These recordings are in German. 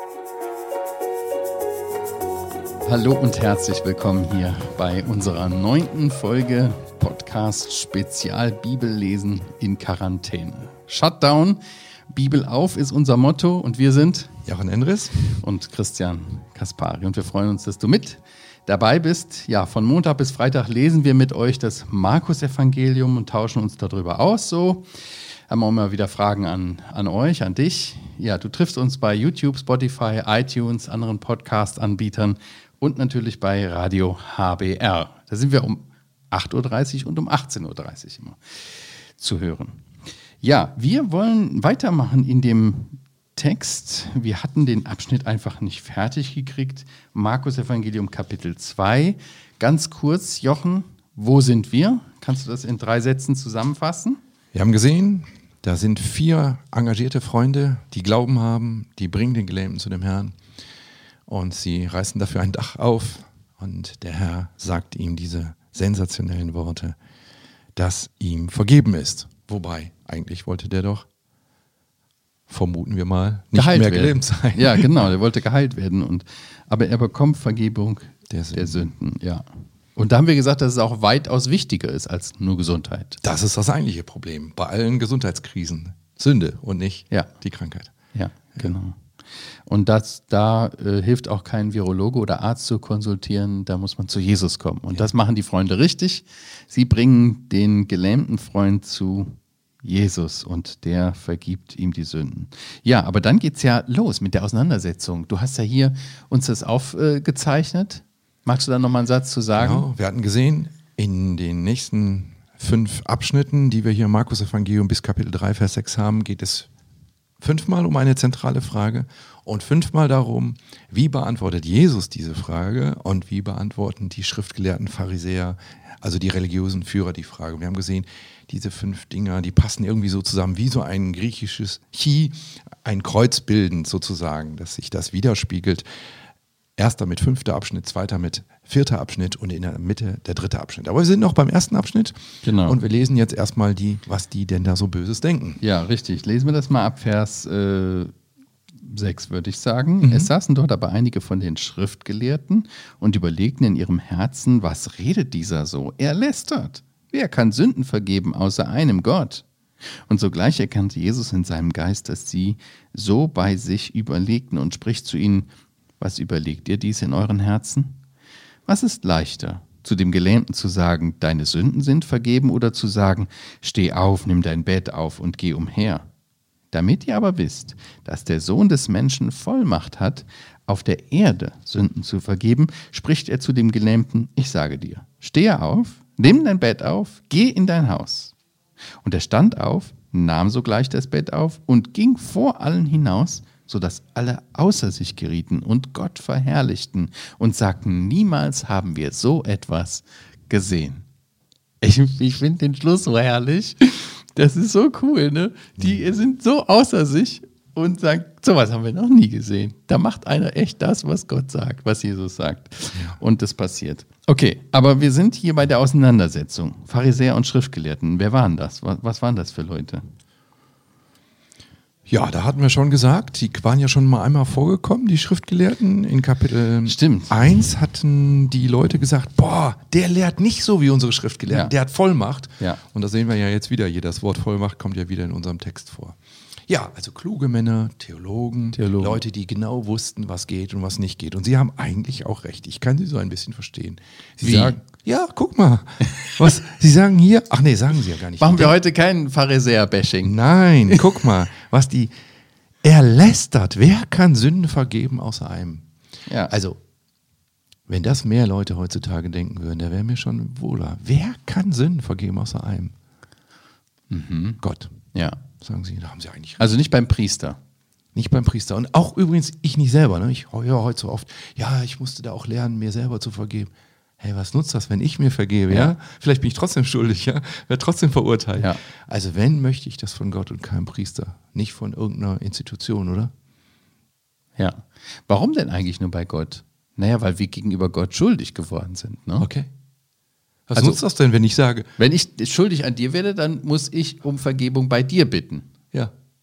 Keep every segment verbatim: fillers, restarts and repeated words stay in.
Hallo und herzlich willkommen hier bei unserer neunten Folge Podcast Spezial Bibellesen in Quarantäne. Shutdown, Bibel auf ist unser Motto und wir sind Jochen Endres und Christian Kaspari und wir freuen uns, dass du mit dabei bist. Ja, von Montag bis Freitag lesen wir mit euch das Markus-Evangelium und tauschen uns darüber aus. So haben wir auch mal wieder Fragen an, an euch, an dich. Ja, du triffst uns bei YouTube, Spotify, iTunes, anderen Podcast-Anbietern und natürlich bei Radio H B R. Da sind wir um acht Uhr dreißig und um achtzehn Uhr dreißig immer zu hören. Ja, wir wollen weitermachen in dem Text. Wir hatten den Abschnitt einfach nicht fertig gekriegt. Markus Evangelium Kapitel zwei. Ganz kurz, Jochen, wo sind wir? Kannst du das in drei Sätzen zusammenfassen? Wir haben gesehen, da sind vier engagierte Freunde, die Glauben haben, die bringen den Gelähmten zu dem Herrn. Und sie reißen dafür ein Dach auf und der Herr sagt ihm diese sensationellen Worte, dass ihm vergeben ist. Wobei, eigentlich wollte der doch, vermuten wir mal, nicht geheilt mehr werden. gelähmt sein. Ja, genau, der wollte geheilt werden. Und, aber er bekommt Vergebung der Sünden. der Sünden. Ja. Und da haben wir gesagt, dass es auch weitaus wichtiger ist als nur Gesundheit. Das ist das eigentliche Problem bei allen Gesundheitskrisen. Sünde und nicht ja. die Krankheit. Ja, genau. Und das, da äh, hilft auch kein Virologe oder Arzt zu konsultieren, da muss man zu Jesus kommen. Und ja. das machen die Freunde richtig. Sie bringen den gelähmten Freund zu Jesus und der vergibt ihm die Sünden. Ja, aber dann geht's ja los mit der Auseinandersetzung. Du hast ja hier uns das aufgezeichnet. Magst du da nochmal einen Satz zu sagen? Genau, wir hatten gesehen, in den nächsten fünf Abschnitten, die wir hier im Markus-Evangelium bis Kapitel drei, Vers sechs haben, geht es fünfmal um eine zentrale Frage und fünfmal darum, wie beantwortet Jesus diese Frage und wie beantworten die schriftgelehrten Pharisäer, also die religiösen Führer, die Frage. Wir haben gesehen, diese fünf Dinger, die passen irgendwie so zusammen wie so ein griechisches Chi, ein Kreuz bildend sozusagen, dass sich das widerspiegelt. Erster mit fünfter Abschnitt, zweiter mit vierter Abschnitt und in der Mitte der dritte Abschnitt. Aber wir sind noch beim ersten Abschnitt genau. Und wir lesen jetzt erstmal die, was die denn da so Böses denken. Ja, richtig. Lesen wir das mal ab Vers äh, sechs, würde ich sagen. Mhm. Es saßen dort aber einige von den Schriftgelehrten und überlegten in ihrem Herzen, was redet dieser so? Er lästert. Wer kann Sünden vergeben außer einem Gott? Und sogleich erkannte Jesus in seinem Geist, dass sie so bei sich überlegten und spricht zu ihnen, was überlegt ihr dies in euren Herzen? Was ist leichter, zu dem Gelähmten zu sagen, deine Sünden sind vergeben oder zu sagen, steh auf, nimm dein Bett auf und geh umher? Damit ihr aber wisst, dass der Sohn des Menschen Vollmacht hat, auf der Erde Sünden zu vergeben, spricht er zu dem Gelähmten, ich sage dir, stehe auf, nimm dein Bett auf, geh in dein Haus. Und er stand auf, nahm sogleich das Bett auf und ging vor allen hinaus, sodass alle außer sich gerieten und Gott verherrlichten und sagten, niemals haben wir so etwas gesehen. Ich, ich finde den Schluss so herrlich. Das ist so cool, ne? Die sind so außer sich und sagen, sowas haben wir noch nie gesehen. Da macht einer echt das, was Gott sagt, was Jesus sagt. Ja. Und das passiert. Okay, aber wir sind hier bei der Auseinandersetzung. Pharisäer und Schriftgelehrten, wer waren das? Was, was waren das für Leute? Ja, da hatten wir schon gesagt, die waren ja schon mal einmal vorgekommen, die Schriftgelehrten. In Kapitel Stimmt. eins hatten die Leute gesagt, boah, der lehrt nicht so wie unsere Schriftgelehrten, Ja. der hat Vollmacht. Ja. Und da sehen wir ja jetzt wieder, hier das Wort Vollmacht kommt ja wieder in unserem Text vor. Ja, also kluge Männer, Theologen, Theologen. Leute, die genau wussten, was geht und was nicht geht. Und sie haben eigentlich auch recht. Ich kann sie so ein bisschen verstehen. Sie Wie? sagen, ja, guck mal, was, sie sagen hier, ach nee, sagen sie ja gar nicht. Machen wir heute kein Pharisäer-Bashing. Nein, guck mal, was die, er lästert. Wer kann Sünden vergeben außer einem? Ja. Also, wenn das mehr Leute heutzutage denken würden, da wäre mir schon wohler. Wer kann Sünden vergeben außer einem? Mhm. Gott, Ja. sagen sie, da haben sie eigentlich recht. Also nicht beim Priester. Nicht beim Priester. Und auch übrigens ich nicht selber. Ne? Ich höre heute so oft, ja, ich musste da auch lernen, mir selber zu vergeben. Hey, was nutzt das, wenn ich mir vergebe? Ja? Ja. Vielleicht bin ich trotzdem schuldig, ja, werde trotzdem verurteilt. Ja. Also wenn, möchte ich das von Gott und keinem Priester, nicht von irgendeiner Institution, oder? Ja. Warum denn eigentlich nur bei Gott? Naja, weil wir gegenüber Gott schuldig geworden sind. Ne? Okay. Was Also- nutzt das denn, wenn ich sage, Wenn ich schuldig an dir werde, dann muss ich um Vergebung bei dir bitten. ja,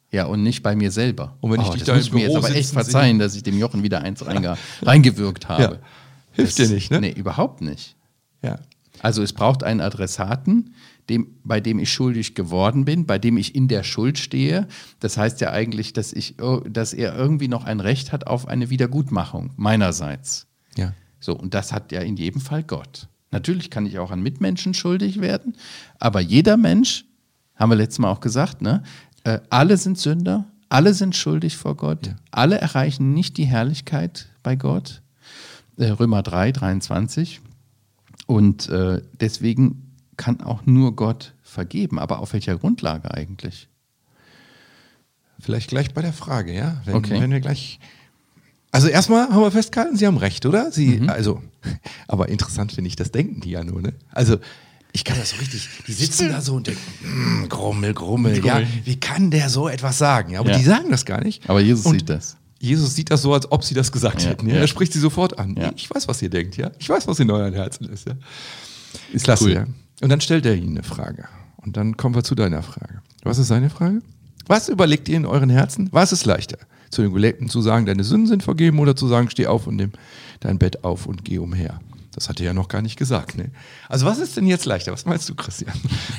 Ja, und nicht bei mir selber. Und wenn ich oh, dich das da muss im ich mir jetzt Büro aber echt sitzen verzeihen, dass ich dem Jochen wieder eins reinge reingewirkt habe. Ja. Hilft dir nicht, ne? Nee, überhaupt nicht. Ja. Also es braucht einen Adressaten, dem, bei dem ich schuldig geworden bin, bei dem ich in der Schuld stehe. Das heißt ja eigentlich, dass, ich, dass er irgendwie noch ein Recht hat auf eine Wiedergutmachung meinerseits. Ja. So, und das hat ja in jedem Fall Gott. Natürlich kann ich auch an Mitmenschen schuldig werden, aber jeder Mensch, haben wir letztes Mal auch gesagt, ne, äh, alle sind Sünder, alle sind schuldig vor Gott, Ja. alle erreichen nicht die Herrlichkeit bei Gott. Äh, Römer drei, dreiundzwanzig. Und äh, deswegen kann auch nur Gott vergeben. Aber auf welcher Grundlage eigentlich? Vielleicht gleich bei der Frage, ja? Wenn, Okay. wenn wir gleich. Also erstmal haben wir festgehalten, Sie haben recht, oder? Sie, Mhm. also, aber interessant finde ich, das denken die ja nur, ne? Also, ich kann das so richtig, die sitzen da so und denken, mm, Grummel, Grummel, ja, Grummel. wie kann der so etwas sagen? Ja, aber Ja. die sagen das gar nicht. Aber Jesus Und sieht das. Jesus sieht das so, als ob sie das gesagt Ja, hätten. Ja? ja. Er spricht sie sofort an. Ja. Ich weiß, was ihr denkt, ja. Ich weiß, was in euren Herzen ist, ja. Ist klasse, cool. ja. Und dann stellt er ihnen eine Frage. Und dann kommen wir zu deiner Frage. Was ist seine Frage? Was überlegt ihr in euren Herzen? Was ist leichter? Zu den Gelähmten zu sagen, deine Sünden sind vergeben, oder zu sagen, steh auf und nimm dein Bett auf und geh umher? Das hat er ja noch gar nicht gesagt, ne? Also was ist denn jetzt leichter? Was meinst du, Christian?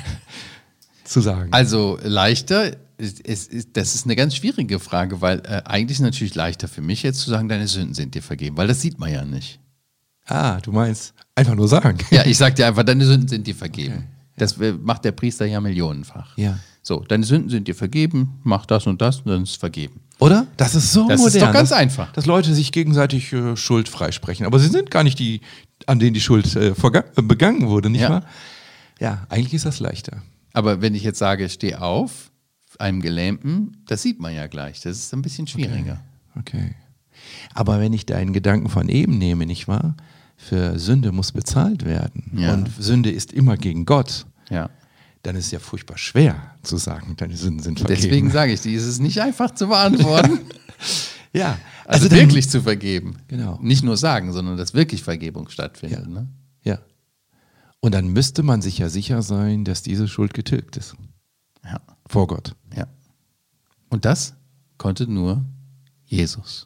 zu sagen. Also leichter, es, es, ist- das ist eine ganz schwierige Frage, weil äh, eigentlich ist es natürlich leichter für mich jetzt zu sagen, deine Sünden sind dir vergeben, weil das sieht man ja nicht. Ah, du meinst einfach nur sagen. Ja, ich sag dir einfach, deine Sünden sind dir vergeben. Das äh, macht der Priester ja millionenfach. Ja. So, deine Sünden sind dir vergeben, mach das und das und dann ist es vergeben. Oder? Das ist so Das ist modern. doch ganz dass, einfach. Dass Leute sich gegenseitig äh, Schuld freisprechen. Aber sie sind gar nicht die, an denen die Schuld äh, verga- äh, begangen wurde, nicht Ja. wahr? Ja, eigentlich ist das leichter. Aber wenn ich jetzt sage, steh auf, einem Gelähmten, das sieht man ja gleich. Das ist ein bisschen schwieriger. Okay. Aber wenn ich deinen Gedanken von eben nehme, nicht wahr? Für Sünde muss bezahlt werden. Ja. Und Sünde ist immer gegen Gott. Ja. Dann ist es ja furchtbar schwer zu sagen, deine Sünden sind vergeben. Deswegen sage ich dir, es ist nicht einfach zu beantworten. ja. Also, dann- wirklich zu vergeben. Genau. Nicht nur sagen, sondern dass wirklich Vergebung stattfindet. Ja. Ne? Ja. Und dann müsste man sich ja sicher sein, dass diese Schuld getilgt ist. Ja. Vor Gott. Ja. Und das konnte nur Jesus.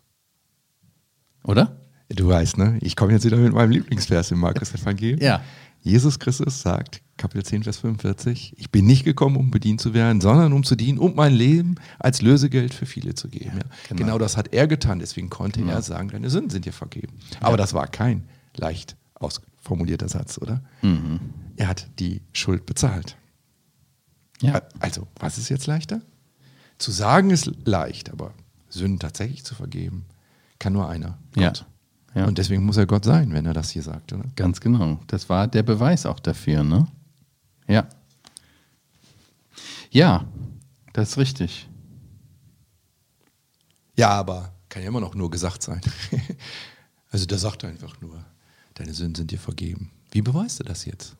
Oder? Du weißt, ne? Ich komme jetzt wieder mit meinem Lieblingsvers im Markus-Evangelium. Ja. Jesus Christus sagt, Kapitel zehn, Vers fünfundvierzig, ich bin nicht gekommen, um bedient zu werden, sondern um zu dienen, um mein Leben als Lösegeld für viele zu geben. Ja, genau. genau. das hat er getan, deswegen konnte Genau. er sagen, deine Sünden sind dir vergeben. Aber das war kein leicht ausformulierter Satz, oder? Mhm. Er hat die Schuld bezahlt. Ja. Also, was ist jetzt leichter? Zu sagen ist leicht, aber Sünden tatsächlich zu vergeben, kann nur einer. Ja. Gott. Ja. Und deswegen muss er Gott sein, wenn er das hier sagt, oder? Ganz genau. Das war der Beweis auch dafür, ne? Ja. Ja, das ist richtig. Ja, aber kann ja immer noch nur gesagt sein. Also der sagt einfach nur, deine Sünden sind dir vergeben. Wie beweist du das jetzt?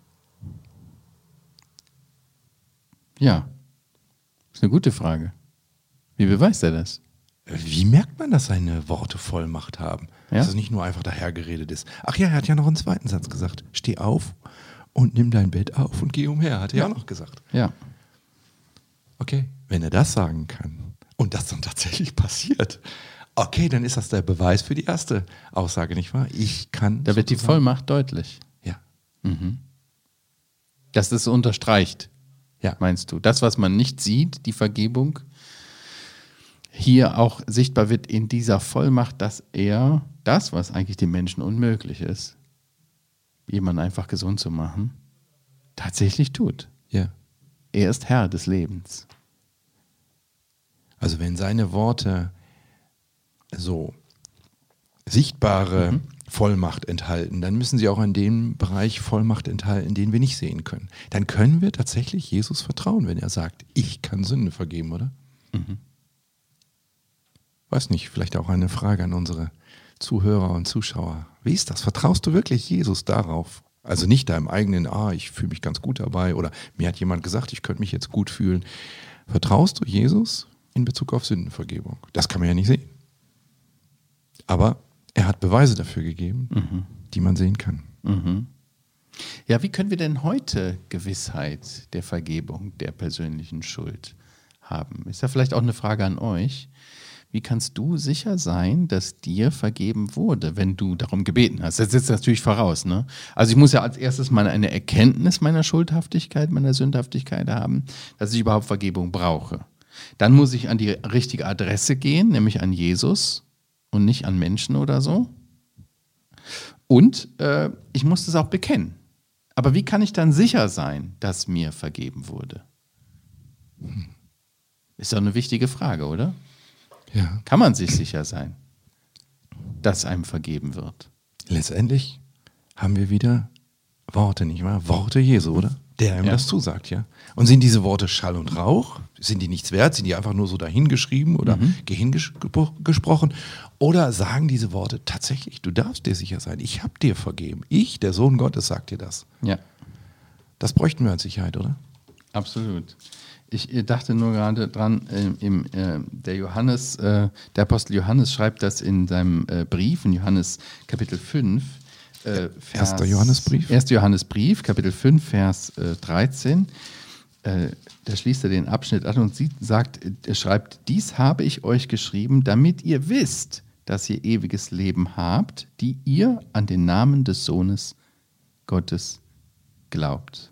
Ja. Das ist eine gute Frage. Wie beweist er das? Wie merkt man, dass seine Worte Vollmacht haben? Ja. Dass es nicht nur einfach dahergeredet ist. Ach ja, er hat ja noch einen zweiten Satz gesagt. Steh auf und nimm dein Bett auf und geh umher, hat er ja auch noch gesagt. Ja. Okay, wenn er das sagen kann und das dann tatsächlich passiert, okay, dann ist das der Beweis für die erste Aussage, nicht wahr? Ich kann. Da wird die sozusagen- Vollmacht deutlich. Ja. Dass das unterstreicht, Ja. meinst du? Das, was man nicht sieht, die Vergebung, hier auch sichtbar wird in dieser Vollmacht, dass er das, was eigentlich den Menschen unmöglich ist, jemanden einfach gesund zu machen, tatsächlich tut. Ja. Er ist Herr des Lebens. Also wenn seine Worte so sichtbare Vollmacht enthalten, dann müssen sie auch in dem Bereich Vollmacht enthalten, den wir nicht sehen können. Dann können wir tatsächlich Jesus vertrauen, wenn er sagt, ich kann Sünde vergeben, oder? Weiß nicht, vielleicht auch eine Frage an unsere Zuhörer und Zuschauer. Wie ist das? Vertraust du wirklich Jesus darauf? Also nicht deinem eigenen, ah, ich fühle mich ganz gut dabei oder mir hat jemand gesagt, ich könnte mich jetzt gut fühlen. Vertraust du Jesus in Bezug auf Sündenvergebung? Das kann man ja nicht sehen. Aber er hat Beweise dafür gegeben, die man sehen kann. Ja, wie können wir denn heute Gewissheit der Vergebung der persönlichen Schuld haben. Ist ja vielleicht auch eine Frage an euch. Wie kannst du sicher sein, dass dir vergeben wurde, wenn du darum gebeten hast? Das setzt natürlich voraus, ne? Also ich muss ja als erstes mal eine Erkenntnis meiner Schuldhaftigkeit, meiner Sündhaftigkeit haben, dass ich überhaupt Vergebung brauche. Dann muss ich an die richtige Adresse gehen, nämlich an Jesus und nicht an Menschen oder so. Und äh, ich muss das auch bekennen. Aber wie kann ich dann sicher sein, dass mir vergeben wurde? Ist doch eine wichtige Frage, oder? Ja. Kann man sich sicher sein, dass einem vergeben wird? Letztendlich haben wir wieder Worte, nicht wahr? Worte Jesu, oder? Der ihm Ja. das zusagt, ja. Und sind diese Worte Schall und Rauch? Sind die nichts wert? Sind die einfach nur so dahingeschrieben oder Mhm. gehingesprochen? Oder sagen diese Worte tatsächlich, du darfst dir sicher sein, ich habe dir vergeben. Ich, der Sohn Gottes, sagt dir das. Ja, Das bräuchten wir als Sicherheit, oder? absolut. Ich äh, dachte nur gerade dran, äh, im, äh, der Johannes, äh, der Apostel Johannes schreibt das in seinem äh, Brief, in Johannes Kapitel fünf. Äh, Vers, Erster Johannesbrief. Erster Johannesbrief, Kapitel fünf, Vers äh, dreizehn. Äh, da schließt er den Abschnitt an und sieht, sagt, er schreibt, dies habe ich euch geschrieben, damit ihr wisst, dass ihr ewiges Leben habt, die ihr an den Namen des Sohnes Gottes glaubt.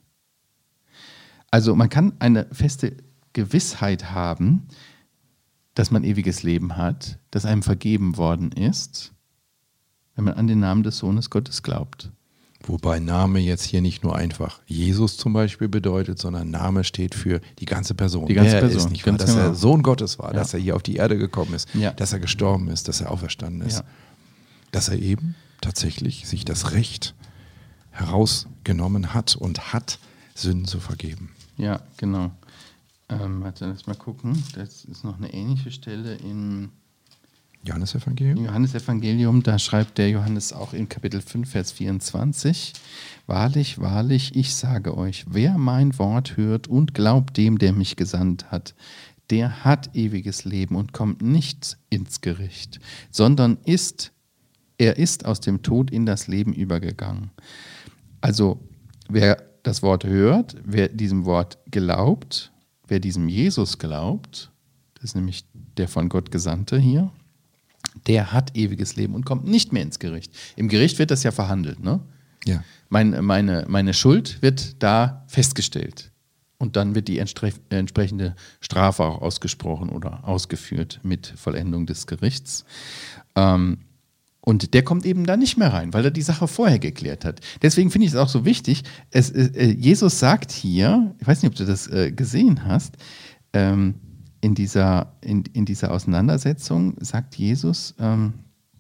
Also man kann eine feste Gewissheit haben, dass man ewiges Leben hat, dass einem vergeben worden ist, wenn man an den Namen des Sohnes Gottes glaubt. Wobei Name jetzt hier nicht nur einfach Jesus zum Beispiel bedeutet, sondern Name steht für die ganze Person. Die ganze Wer Person, ist nicht wahr? ganz Dass genau. er Sohn Gottes war, Ja. dass er hier auf die Erde gekommen ist, Ja. dass er gestorben ist, dass er auferstanden ist. Ja. Dass er eben tatsächlich sich das Recht herausgenommen hat und hat, Sünden zu vergeben. Ja, genau. Ähm, warte, lass mal gucken. Das ist noch eine ähnliche Stelle in Johannesevangelium? Im Johannesevangelium, da schreibt der Johannes auch in Kapitel fünf, Vers vierundzwanzig, wahrlich, wahrlich, ich sage euch, wer mein Wort hört und glaubt dem, der mich gesandt hat, der hat ewiges Leben und kommt nicht ins Gericht, sondern ist, er ist aus dem Tod in das Leben übergegangen. Also, wer das Wort hört, wer diesem Wort glaubt, wer diesem Jesus glaubt, das ist nämlich der von Gott Gesandte hier, der hat ewiges Leben und kommt nicht mehr ins Gericht. Im Gericht wird das ja verhandelt, ne? Ja. Mein, meine, meine Schuld wird da festgestellt. Und dann wird die entstre- entsprechende Strafe auch ausgesprochen oder ausgeführt mit Vollendung des Gerichts. Ähm, und der kommt eben da nicht mehr rein, weil er die Sache vorher geklärt hat. Deswegen finde ich es auch so wichtig, es, äh, Jesus sagt hier, ich weiß nicht, ob du das äh, gesehen hast, ähm, In dieser, in, in dieser Auseinandersetzung sagt Jesus, ähm,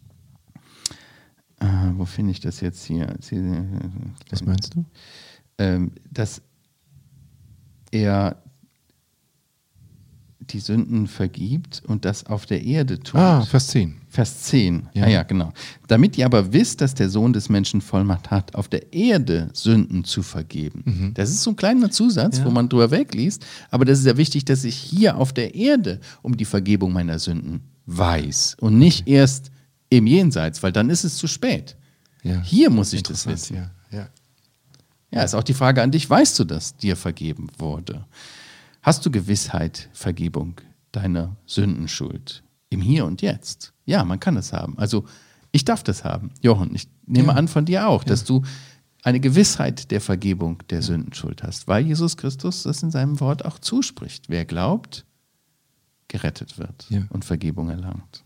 äh, wo finde ich das jetzt hier? Was meinst du? Ähm, dass er die Sünden vergibt und das auf der Erde tut. Ah, Vers zehn. Vers zehn, ja. Ja. Ah, ja, genau. Damit ihr aber wisst, dass der Sohn des Menschen Vollmacht hat, auf der Erde Sünden zu vergeben. Mhm. Das ist so ein kleiner Zusatz, Ja. wo man drüber wegliest, aber das ist ja wichtig, dass ich hier auf der Erde um die Vergebung meiner Sünden weiß und nicht erst im Jenseits, weil dann ist es zu spät. Ja. Hier muss ich das Interessant, wissen. Ja. Ja. Ja, ist auch die Frage an dich, weißt du, dass dir vergeben wurde? Hast du Gewissheit, Vergebung deiner Sündenschuld im Hier und Jetzt? Ja, man kann das haben. Also ich darf das haben. Jochen, ich nehme Ja. an von dir auch, Ja. dass du eine Gewissheit der Vergebung der Sündenschuld hast, weil Jesus Christus das in seinem Wort auch zuspricht. Wer glaubt, gerettet wird Ja. und Vergebung erlangt.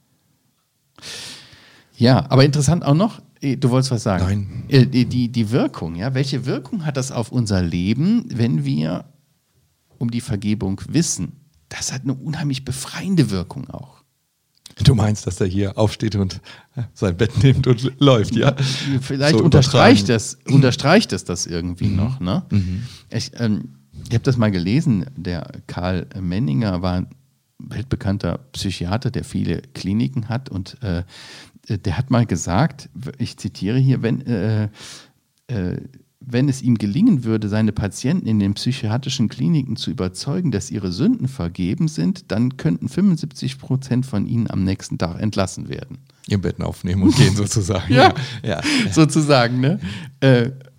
Ja, aber interessant auch noch, eh, du wolltest was sagen. Nein. Äh, Die, die, die Wirkung, ja, welche Wirkung hat das auf unser Leben, wenn wir um die Vergebung wissen? Das hat eine unheimlich befreiende Wirkung auch. Du meinst, dass er hier aufsteht und sein Bett nimmt und läuft, ja? Vielleicht So unterstreicht, übertragen. das, unterstreicht das das irgendwie noch. Ne? Mhm. Ich, ähm, ich habe das mal gelesen, der Karl Menninger war ein weltbekannter Psychiater, der viele Kliniken hat und äh, der hat mal gesagt, ich zitiere hier, wenn, äh, äh, wenn es ihm gelingen würde, seine Patienten in den psychiatrischen Kliniken zu überzeugen, dass ihre Sünden vergeben sind, dann könnten fünfundsiebzig Prozent von ihnen am nächsten Tag entlassen werden. Ihr Betten aufnehmen und gehen sozusagen. Ja. ja. Sozusagen, ne? Äh,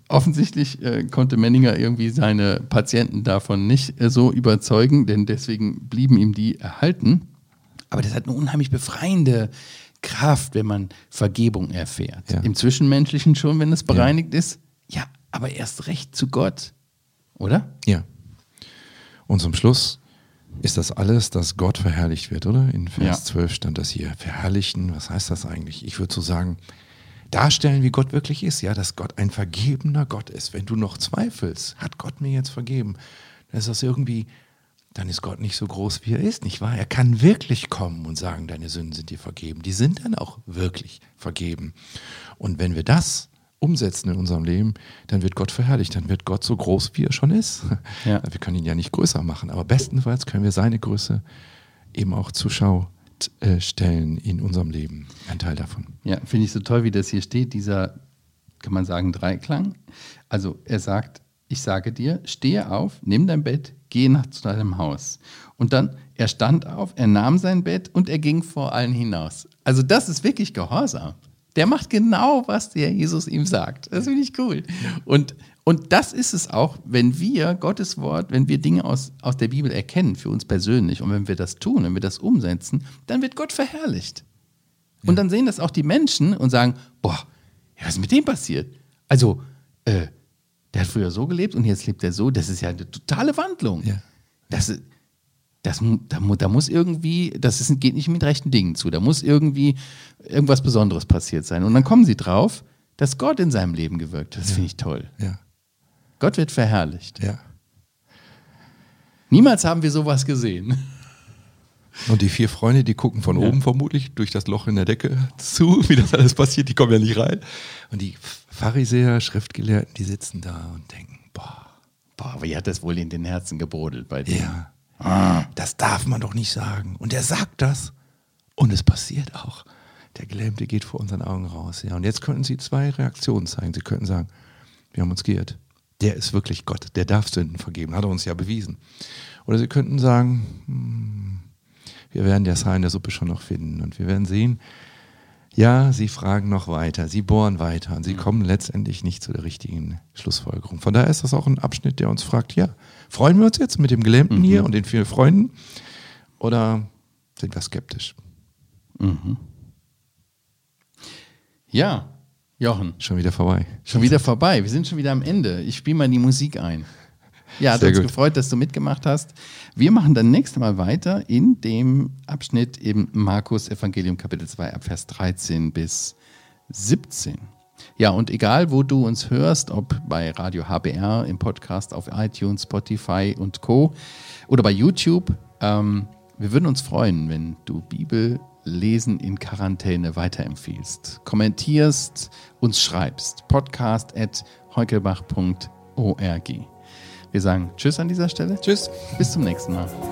offensichtlich äh, konnte Menninger irgendwie seine Patienten davon nicht äh, so überzeugen, denn deswegen blieben ihm die erhalten. Aber das hat eine unheimlich befreiende Kraft, wenn man Vergebung erfährt. Ja. Im Zwischenmenschlichen schon, wenn es bereinigt ja. ist. Ja, aber erst recht zu Gott, oder? Ja. Und zum Schluss ist das alles, dass Gott verherrlicht wird, oder? In Vers ja. zwölf stand das hier. Verherrlichen, was heißt das eigentlich? Ich würde so sagen, darstellen, wie Gott wirklich ist. Ja, dass Gott ein vergebener Gott ist. Wenn du noch zweifelst, hat Gott mir jetzt vergeben, dann ist das irgendwie, dann ist Gott nicht so groß, wie er ist, nicht wahr? Er kann wirklich kommen und sagen, deine Sünden sind dir vergeben. Die sind dann auch wirklich vergeben. Und wenn wir das umsetzen in unserem Leben, dann wird Gott verherrlicht, dann wird Gott so groß, wie er schon ist. Ja. Wir können ihn ja nicht größer machen, aber bestenfalls können wir seine Größe eben auch zur Schau stellen in unserem Leben. Ein Teil davon. Ja, finde ich so toll, wie das hier steht, dieser, kann man sagen, Dreiklang. Also er sagt, ich sage dir, stehe auf, nimm dein Bett, geh nach zu deinem Haus. Und dann, er stand auf, er nahm sein Bett und er ging vor allen hinaus. Also das ist wirklich Gehorsam. Der macht genau, was der Jesus ihm sagt. Das finde ich cool. Und, und das ist es auch, wenn wir Gottes Wort, wenn wir Dinge aus, aus der Bibel erkennen, für uns persönlich, und wenn wir das tun, wenn wir das umsetzen, dann wird Gott verherrlicht. Und ja. dann sehen das auch die Menschen und sagen, boah, ja, was ist mit dem passiert? Also, äh, der hat früher so gelebt und jetzt lebt er so. Das ist ja eine totale Wandlung. Ja. Das ist... Das, da, da muss irgendwie, das ist, geht nicht mit rechten Dingen zu, da muss irgendwie irgendwas Besonderes passiert sein. Und dann kommen sie drauf, dass Gott in seinem Leben gewirkt hat. Das ja. finde ich toll. Ja. Gott wird verherrlicht. Ja. Niemals haben wir sowas gesehen. Und die vier Freunde, die gucken von ja. oben vermutlich durch das Loch in der Decke zu, wie das alles passiert, die kommen ja nicht rein. Und die Pharisäer, Schriftgelehrten, die sitzen da und denken, boah. Boah, wie hat das wohl in den Herzen gebrodelt bei denen? Ja. Ah, das darf man doch nicht sagen. Und er sagt das. Und es passiert auch. Der Gelähmte geht vor unseren Augen raus. Ja. Und jetzt könnten sie zwei Reaktionen zeigen. Sie könnten sagen, wir haben uns geirrt. Der ist wirklich Gott. Der darf Sünden vergeben. Hat er uns ja bewiesen. Oder sie könnten sagen, hm, wir werden das Haar in der Suppe schon noch finden. Und wir werden sehen, ja, sie fragen noch weiter. Sie bohren weiter. Und sie kommen letztendlich nicht zu der richtigen Schlussfolgerung. Von daher ist das auch ein Abschnitt, der uns fragt, ja, freuen wir uns jetzt mit dem Gelähmten mhm. hier und den vielen Freunden oder sind wir skeptisch? Mhm. Ja, Jochen. Schon wieder vorbei. Schon wieder vorbei. Wir sind schon wieder am Ende. Ich spiele mal die Musik ein. Ja, hat Sehr uns gut. gefreut, dass du mitgemacht hast. Wir machen dann nächstes Mal weiter in dem Abschnitt im Markus Evangelium Kapitel zwei ab Vers dreizehn bis siebzehn. Ja, und egal, wo du uns hörst, ob bei Radio H B R, im Podcast auf iTunes, Spotify und Co. oder bei YouTube, ähm, wir würden uns freuen, wenn du Bibel lesen in Quarantäne weiterempfiehlst, kommentierst, uns schreibst. podcast at heukelbach punkt org. Wir sagen Tschüss an dieser Stelle. Tschüss. Bis zum nächsten Mal.